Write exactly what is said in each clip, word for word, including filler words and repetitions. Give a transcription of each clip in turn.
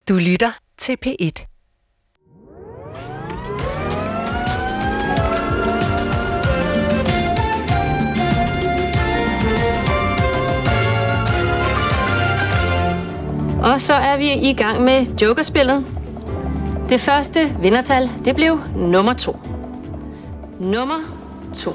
Du lytter til P et. Og så er vi i gang med Jokerspillet. Det første vindertal, det blev nummer to. Nummer to.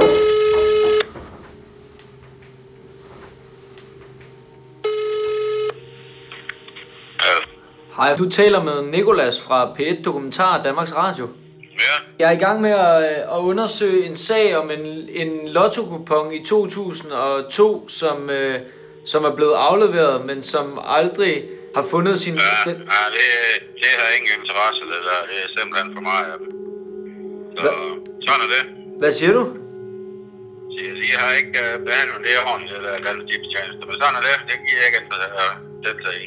Hej, du taler med Nicolas fra P et Dokumentar Danmarks Radio. Ja. Jeg er i gang med at, at undersøge en sag om en, en lotto-kupon i to tusind og to, som, øh, som er blevet afleveret, men som aldrig har fundet sin... Ja, ja det, det har ingen interesse, det der. Det er simpelthen for mig. Så Hva? Sådan er det. Hvad siger du? Jeg, jeg har ikke uh, behandlet det ordentligt, det der kaldet tipstjeneste, men sådan er det. Det giver jeg ikke at deltage i.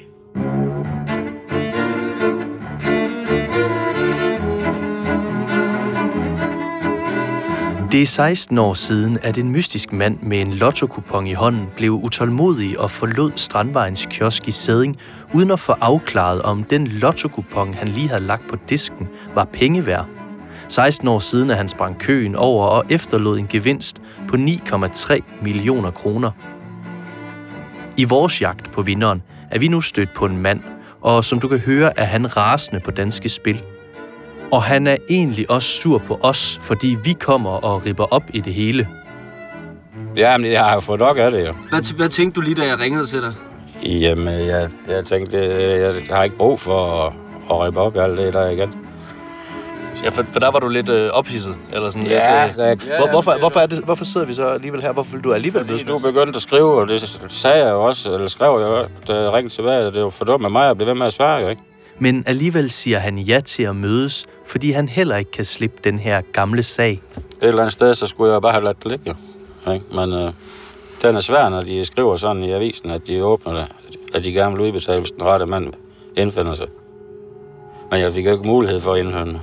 Det er seksten år siden, at en mystisk mand med en lottokupon i hånden blev utålmodig og forlod Strandvejens kiosk i Sædding, uden at få afklaret, om den lottokupon, han lige havde lagt på disken, var penge værd. seksten år siden, at han sprang køen over og efterlod en gevinst på ni komma tre millioner kroner. I vores jagt på vinderen er vi nu stødt på en mand, og som du kan høre, er han rasende på Danske Spil. Og han er egentlig også sur på os, fordi vi kommer og ripper op i det hele. Ja, men jeg har jo fået nok af det, jo. Hvad, hvad tænkte du lige, da jeg ringede til dig? Jamen, jeg, jeg tænkte, jeg, jeg har ikke brug for at, at rippe op i alt det der igen. Ja, for, for der var du lidt øh, ophidset, eller sådan ja, lidt... Øh, jeg, hvor, hvorfor, hvorfor, er det, hvorfor sidder vi så alligevel her? Hvorfor vil du alligevel blive du begyndte at skrive, og det sagde jeg jo også, eller skrev jeg jo, da jeg ringede tilbage, det var for dumt med mig at blive ved med at svare, jo, ikke? Men alligevel siger han ja til at mødes, fordi han heller ikke kan slippe den her gamle sag. Et eller andet sted, så skulle jeg bare have ladt det ligge, jo. Ikke? Men øh, den er svær, når de skriver sådan i avisen, at de åbner det, at de gerne vil udbetale, hvis den rette mand indfinder sig. Men jeg fik ikke mulighed for at indhøre.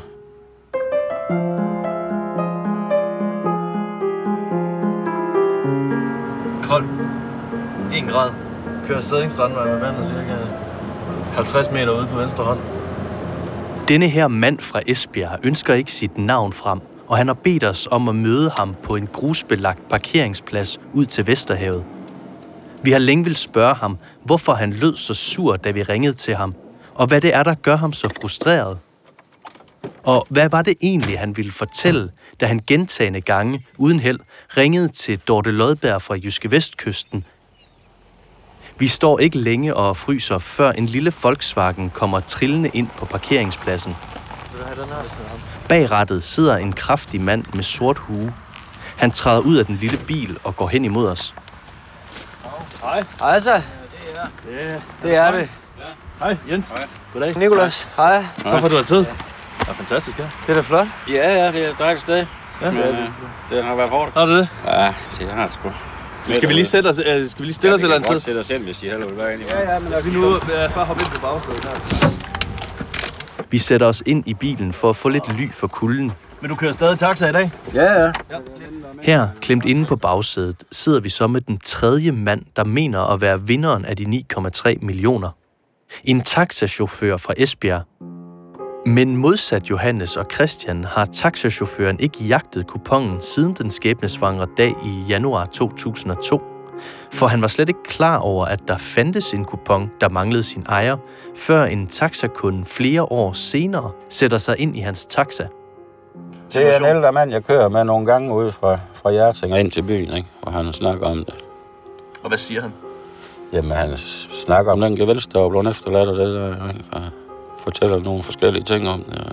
Kold. en grad. Kører Sædding Strandvej med vandet cirka halvtreds meter ude på venstre hånd. Denne her mand fra Esbjerg ønsker ikke sit navn frem, og han har bedt os om at møde ham på en grusbelagt parkeringsplads ud til Vesterhavet. Vi har længe vil spørge ham, hvorfor han lød så sur, da vi ringede til ham, og hvad det er, der gør ham så frustreret. Og hvad var det egentlig, han ville fortælle, da han gentagne gange, uden held, ringede til Dorte Lodberg fra Jyske Vestkysten. Vi står ikke længe og fryser, før en lille Volkswagen kommer trillende ind på parkeringspladsen. Bag rattet sidder en kraftig mand med sort hue. Han træder ud af den lille bil og går hen imod os. Hej. Hej så. Det er det. Er det. Hej Jens. Hej. Goddag. Nicolas. Hej. Så får du have tid. Det er fantastisk, ja. Det er da flot. Ja, ja, det er et dejligt sted. Ja, men, øh, det har været hårdt. Har du det? Ja, det har det sgu. Skal vi lige sætte os, øh, skal vi lige stille os et eller andet tid? Ja, vi kan godt sætte os ind, hvis I heller vil være inde i. Ja, ja, men Skal vi nu øh, bare hoppe ind på bagsædet her? Vi sætter os ind i bilen for at få lidt ly for kulden. Men du kører stadig taxa i dag? Ja, ja. Her, klemt inde på bagsædet, sidder vi så med den tredje mand, der mener at være vinderen af de ni komma tre millioner. En taxachauffør fra Esbjerg. Men modsat Johannes og Christian har taxachaufføren ikke jagtet kuponen siden den skæbnesvangre dag i januar to tusind og to. For han var slet ikke klar over, at der fandtes en kupon, der manglede sin ejer, før en taxakunde flere år senere sætter sig ind i hans taxa. Det er en ældre mand, jeg kører med nogle gange ude fra, fra Hjerting ind til byen, ikke? Og han snakker om det. Og hvad siger han? Jamen, han snakker om den gevinst, der var blevet efterladt, og det der, ikke? Og fortæller nogle forskellige ting om det.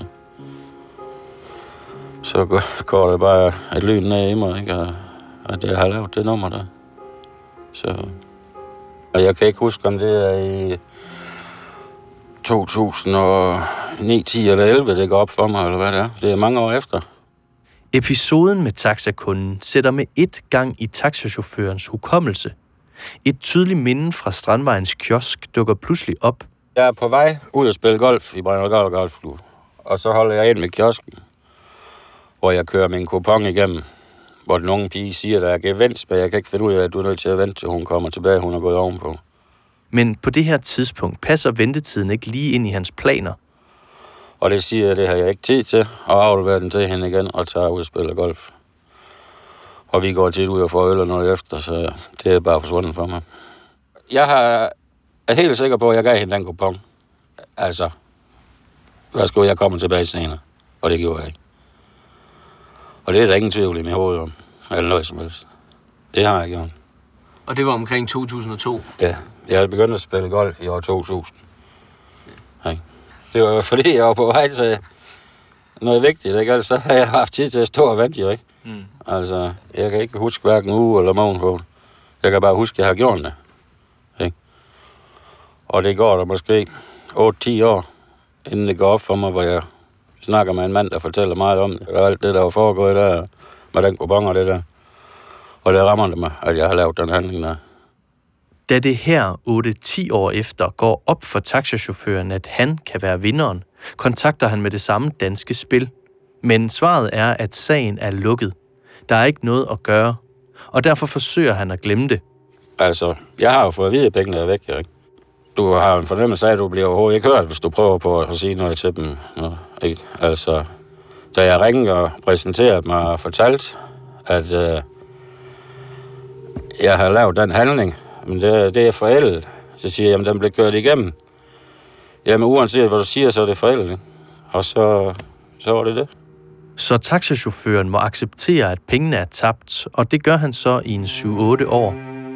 Så går det bare et lyn ned i mig, ikke? Og at jeg har lavet det nummer der. Så... Og jeg kan ikke huske, om det er i to tusind og ni, ti eller elleve, det går op for mig, eller hvad det er. Det er mange år efter. Episoden med taxakunden sætter med et gang i taxachaufførens hukommelse. Et tydeligt minde fra Strandvejens kiosk dukker pludselig op. Jeg er på vej ud at spille golf i Brøndby Golfklub, og så holder jeg ind med kiosken, hvor jeg kører min kupon igennem, hvor den unge pige siger, der er gevinst, men jeg kan ikke finde ud af, at du er nødt til at vente, til hun kommer tilbage, hun er gået ovenpå. Men på det her tidspunkt passer ventetiden ikke lige ind i hans planer. Og det siger jeg, det har jeg ikke tid til, og afleverer den til hende igen og tager ud og spiller golf. Og vi går tit ud og får øl og noget efter, så det er bare forsvundet for mig. Jeg har, er helt sikker på, at jeg gav hende den kupon. Altså, hvad skulle jeg komme tilbage senere? Og det gjorde jeg ikke. Og det er der ingen tvivl i mit hoved om, eller noget som helst. Det har jeg gjort. Og det var omkring to tusind og to? Ja, jeg havde begyndt at spille golf i år to tusind. Ja. Det var fordi, jeg var på vej til noget vigtigt, ikke? Altså, så har jeg haft tid til at stå og vente, jo, ikke? Mm. Altså, jeg kan ikke huske hverken uge eller morgen på det. Jeg kan bare huske, at jeg har gjort det. Ikke? Og det går der måske otte til ti år, inden det går op for mig, hvor jeg snakker med en mand, der fortæller meget om det. Og alt det, der var foregået der, med den kupon og det der. Og det rammer det mig, at jeg har lavet den handling der. Da det her otte til ti år efter går op for taxachaufføren, at han kan være vinderen, kontakter han med det samme Danske Spil. Men svaret er, at sagen er lukket. Der er ikke noget at gøre, og derfor forsøger han at glemme det. Altså, jeg har jo fået at vide, at pengene er væk, jo, ikke? Du har en fornemmelse af, at du bliver overhovedet ikke hørt, hvis du prøver på at sige noget til dem. Nå, ikke? Altså, da jeg ringede og præsenterede mig og fortalte, at øh, jeg har lavet den handling, men det, det er forældet, så siger jeg, jamen den blev kørt igennem. Jamen uanset hvad du siger, så er det forældet, ikke? Og så, så var det det. Så taxachaufføren må acceptere, at pengene er tabt, og det gør han så i en syv otte år.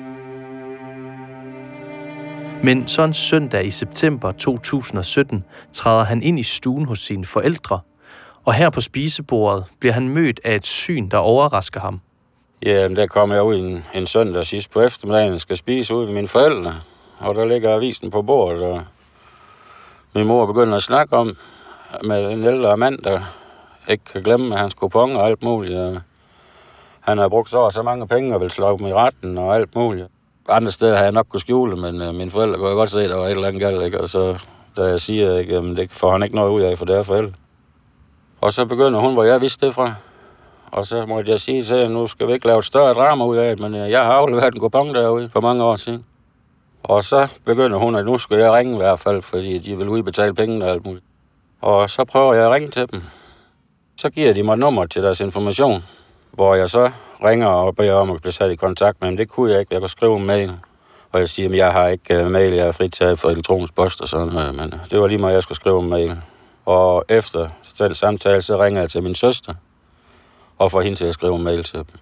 Men så en søndag i september to tusind og sytten træder han ind i stuen hos sine forældre, og her på spisebordet bliver han mødt af et syn, der overrasker ham. Jamen, der kommer jeg ud en, en søndag sidst på eftermiddagen og skal spise ude ved mine forældre, og der ligger avisen på bordet, og min mor begynder at snakke om med en ældre mand, der ikke kan glemme hans kupon og alt muligt. Og han har brugt så så mange penge og vil slå dem i retten og alt muligt. Andre steder har jeg nok kunne skjule, men uh, mine forældre kunne jeg godt se, at der var et eller andet galt, ikke? Og så da jeg siger, ikke, jamen, det får han ikke noget ud af, for det er forældre. Og så begynder hun, hvor jeg vidste det fra. Og så måtte jeg sige til hende, nu skal vi ikke lave et større drama ud af det, men uh, jeg har afleveret en kupon derude for mange år siden. Og så begynder hun, at nu skal jeg ringe i hvert fald, fordi de vil udbetale pengene og alt muligt. Og så prøver jeg at ringe til dem. Så giver de mig nummer til deres information, hvor jeg så ringer og beder om at blive sat i kontakt med dem. Det kunne jeg ikke. Jeg kunne skrive en mail, og jeg siger, at jeg har ikke mail, jeg er fritaget for elektronisk post og sådan noget. Men det var lige meget, jeg skulle skrive en mail. Og efter den samtale, så ringer jeg til min søster og får hende til at skrive en mail til dem.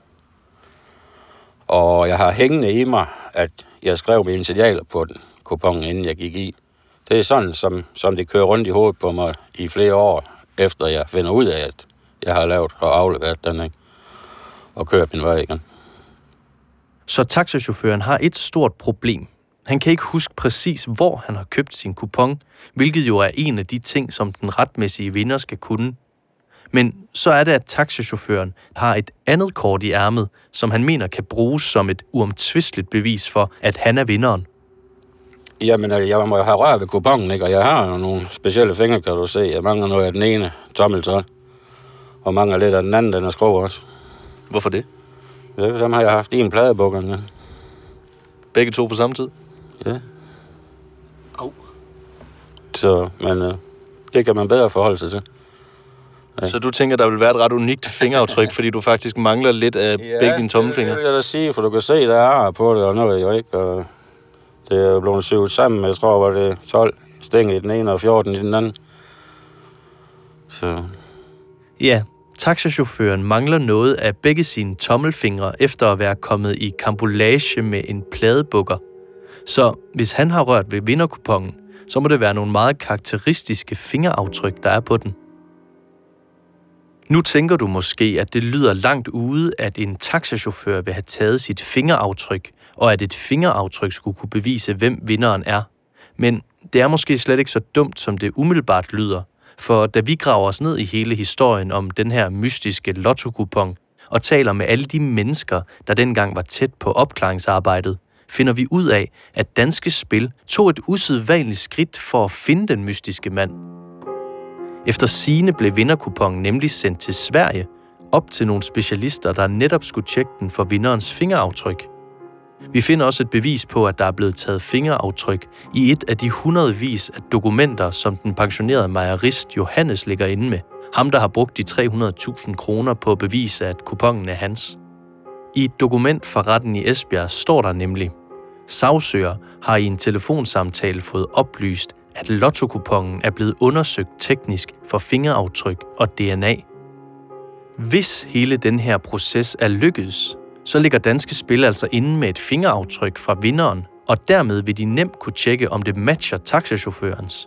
Og jeg har hængende i mig, at jeg skrev mine initialer på den kupon, inden jeg gik i. Det er sådan, som, som det kører rundt i hovedet på mig i flere år, efter jeg finder ud af, at jeg har lavet og afleveret den, ikke? Og kørt min vej igen. Så taxachaufføren har et stort problem. Han kan ikke huske præcis, hvor han har købt sin kupon, hvilket jo er en af de ting, som den retmæssige vinder skal kunne. Men så er det, at taxachaufføren har et andet kort i ærmet, som han mener kan bruges som et uomtvisteligt bevis for, at han er vinderen. Jamen, jeg må have rør ved kuponen, ikke? Og jeg har jo nogle specielle fingre, kan du se. Jeg mangler noget af den ene tommeltot, og mangler lidt af den anden, den er skrov også. Hvorfor det? Ja, dem har jeg haft i en pladebukker, ja. Begge to på samme tid? Ja. Oh. Så, men øh, det kan man bedre forholde sig til. Ja. Så du tænker, der vil være et ret unikt fingeraftryk, fordi du faktisk mangler lidt af ja, begge dine tommelfingre? Ja, det vil jeg da sige, for du kan se, der er på det og noget, jo ikke? Og det er jo blevet syvet sammen, jeg tror, var det tolv stænger i den ene og fjorten i den anden. Så... Ja, taxachaufføren mangler noget af begge sine tommelfingre efter at være kommet i karambolage med en pladebukker. Så hvis han har rørt ved vinderkupongen, så må det være nogle meget karakteristiske fingeraftryk, der er på den. Nu tænker du måske, at det lyder langt ude, at en taxachauffør vil have taget sit fingeraftryk, og at et fingeraftryk skulle kunne bevise, hvem vinderen er. Men det er måske slet ikke så dumt, som det umiddelbart lyder. For da vi graver os ned i hele historien om den her mystiske lottokupon, og taler med alle de mennesker, der dengang var tæt på opklaringsarbejdet, finder vi ud af, at Danske Spil tog et usædvanligt skridt for at finde den mystiske mand. Efter sigende blev vinderkuponen nemlig sendt til Sverige, op til nogle specialister, der netop skulle tjekke den for vinderens fingeraftryk. Vi finder også et bevis på, at der er blevet taget fingeraftryk i et af de hundredvis af dokumenter, som den pensionerede mejerist Johannes ligger inde med. Ham, der har brugt de tre hundrede tusind kroner på at bevise, at kuponen er hans. I et dokument fra retten i Esbjerg står der nemlig: sagsøger har i en telefonsamtale fået oplyst, at lottokuponen er blevet undersøgt teknisk for fingeraftryk og D N A. Hvis hele den her proces er lykkedes, så ligger Danske Spil altså inde med et fingeraftryk fra vinderen, og dermed vil de nemt kunne tjekke, om det matcher taxachaufførens.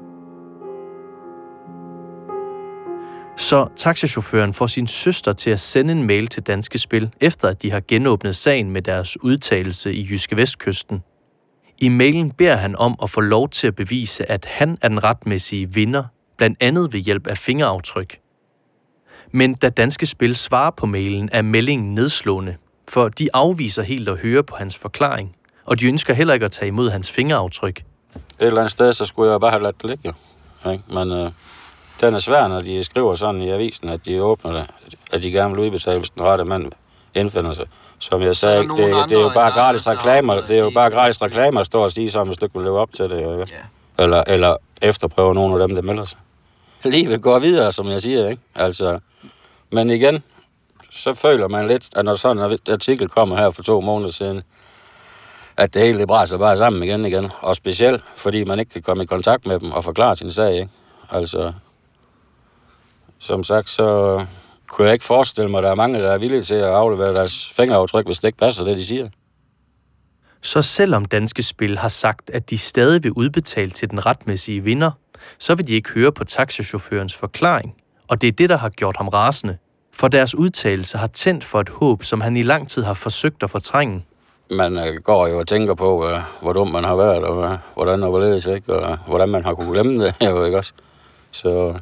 Så taxachaufføren får sin søster til at sende en mail til Danske Spil, efter at de har genåbnet sagen med deres udtalelse i JydskeVestkysten. I mailen beder han om at få lov til at bevise, at han er den retmæssige vinder, blandt andet ved hjælp af fingeraftryk. Men da Danske Spil svarer på mailen, er meldingen nedslående, for de afviser helt at høre på hans forklaring, og de ønsker heller ikke at tage imod hans fingeraftryk. Et eller andet sted, så skulle jeg bare have ladt det ligge, jo. Ikke? Men øh, den er svær, når de skriver sådan i avisen, at de åbner det, at de gerne vil udbetale, hvis den rette mand indfinder sig. Som jeg sagde, det, det er jo bare gratis reklamer, det er jo bare gratis reklamer, at stå og stige sammen, hvis du ikke vil leve op til det, jo. Ja. Eller, eller efterprøve nogle af dem, der melder sig. Livet går videre, som jeg siger, ikke? Altså, men igen, så føler man lidt, at når sådan en artikel kommer her for to måneder siden, at det hele det brænder bare sammen igen igen. Og specielt, fordi man ikke kan komme i kontakt med dem og forklare sin sag, ikke? Altså, som sagt, så kunne jeg ikke forestille mig, at der er mange, der er villige til at aflevere deres fingeraftryk, hvis det ikke passer det, de siger. Så selvom Danske Spil har sagt, at de stadig vil udbetale til den retmæssige vinder, så vil de ikke høre på taxachaufførens forklaring. Og det er det, der har gjort ham rasende. For deres udtalelse har tændt for et håb, som han i lang tid har forsøgt at fortrænge. Man øh, går jo og tænker på, øh, hvor dum man har været, og øh, hvordan og hvorledes, ikke? Og hvordan man har kunne glemme det, jo, ikke også? Så,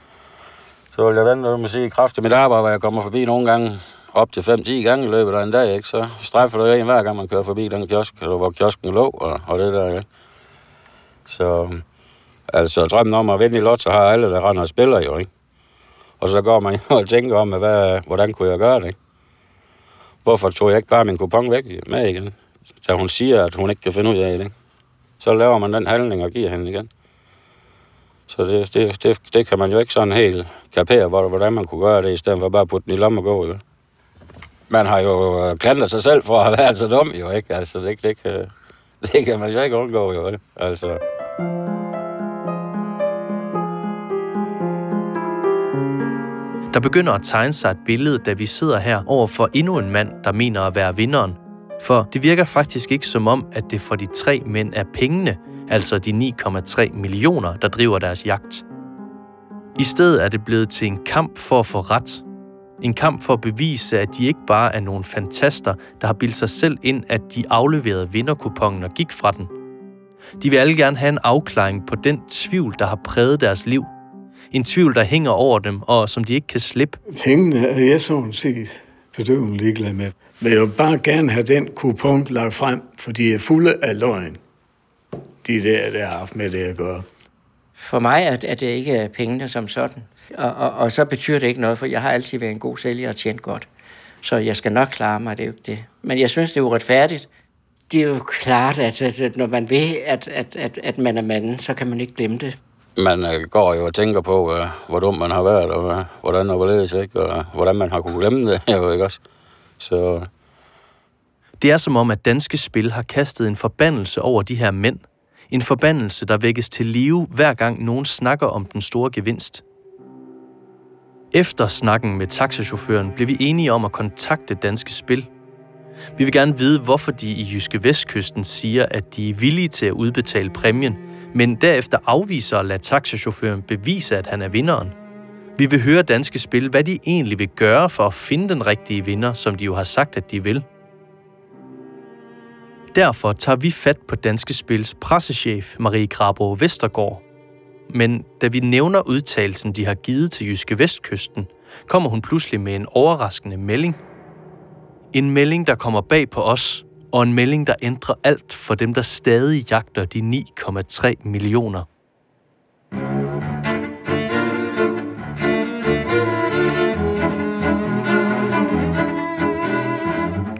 så vil jeg vente med at sige, i kraft af mit arbejde, hvor jeg kommer forbi nogle gange, op til fem til ti gange i løbet af en dag, ikke? Så strejfer der en hver gang, man kører forbi den kiosk, eller hvor kiosken lå, og, og det der, ikke? Så altså, drømmen om at vinde i lotto har alle, der render og spiller, jo, ikke? Og så går man jo og tænker om, hvad, hvordan kunne jeg gøre det, ikke? Hvorfor tog jeg ikke bare min kupon væk med igen? Da hun siger, at hun ikke kan finde ud af det, ikke? Så laver man den handling og giver hende igen. Så det, det, det, det kan man jo ikke sådan helt kapere, hvordan man kunne gøre det, i stedet for bare at putte den i lommen og gå, jo. Man har jo klandret sig selv for at have været så dum, jo, ikke? Altså, det, det, kan, det kan man jo ikke undgå, jo, ikke? Altså. Der begynder at tegne sig et billede, da vi sidder her over for endnu en mand, der mener at være vinderen. For det virker faktisk ikke som om, at det for de tre mænd er pengene, altså de ni komma tre millioner, der driver deres jagt. I stedet er det blevet til en kamp for at få ret. En kamp for at bevise, at de ikke bare er nogle fantaster, der har bildt sig selv ind, at de afleverede vinderkuponen og gik fra den. De vil alle gerne have en afklaring på den tvivl, der har præget deres liv. En tvivl, der hænger over dem, og som de ikke kan slippe. Pengene er jeg sådan set bedøvende ligeglad med. Men jeg vil bare gerne have den kupon lagt frem, for de er fulde af løgn. De der, der har haft med det at gøre. For mig er det ikke pengene som sådan. Og, og, og så betyder det ikke noget, for jeg har altid været en god sælger og tjent godt. Så jeg skal nok klare mig, det er jo ikke det. Men jeg synes, det er uretfærdigt. Det er jo klart, at, at når man ved, at, at, at, at man er manden, så kan man ikke glemme det. Man øh, går jo og tænker på, øh, hvor dum man har været, og øh, hvordan og hvorledes, ikke? Og hvordan man har kunne glemme det, jo, ikke også? Så. Det er som om, at Danske Spil har kastet en forbandelse over de her mænd. En forbandelse, der vækkes til live, hver gang nogen snakker om den store gevinst. Efter snakken med taxachaufføren blev vi enige om at kontakte Danske Spil. Vi vil gerne vide, hvorfor de i JydskeVestkysten siger, at de er villige til at udbetale præmien, men derefter afviser at lade taxachaufføren bevise, at han er vinderen. Vi vil høre Danske Spil, hvad de egentlig vil gøre for at finde den rigtige vinder, som de jo har sagt, at de vil. Derfor tager vi fat på Danske Spils pressechef, Marie Graboe Vestergaard. Men da vi nævner udtalelsen, de har givet til JydskeVestkysten, kommer hun pludselig med en overraskende melding. En melding, der kommer bag på os, og en melding, der ændrer alt for dem, der stadig jagter de ni komma tre millioner.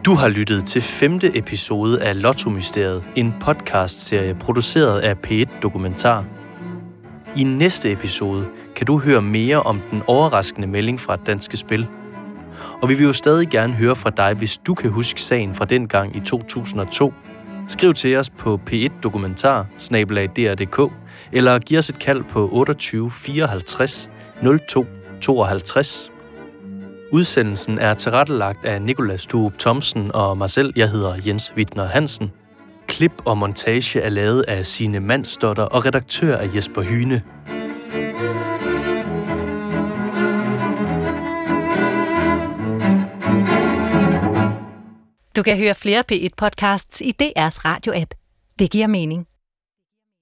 Du har lyttet til femte episode af Lotto-mysteriet, en podcastserie produceret af P et Dokumentar. I næste episode kan du høre mere om den overraskende melding fra Danske Spil. Og vi vil jo stadig gerne høre fra dig, hvis du kan huske sagen fra den gang i to tusind og to. Skriv til os på p et dokumentar snabel-a d r punktum d k eller giv os et kald på otteogtyve fireoghalvtreds nul to tooghalvtreds. Udsendelsen er tilrettelagt af Nicolas Thurup Thomsen og mig selv. Jeg hedder Jens Wittner Hansen. Klip og montage er lavet af Signe Mandsdotter og redaktør af Jesper Hyne. Du kan høre flere P et podcasts i D R's radio-app. Det giver mening.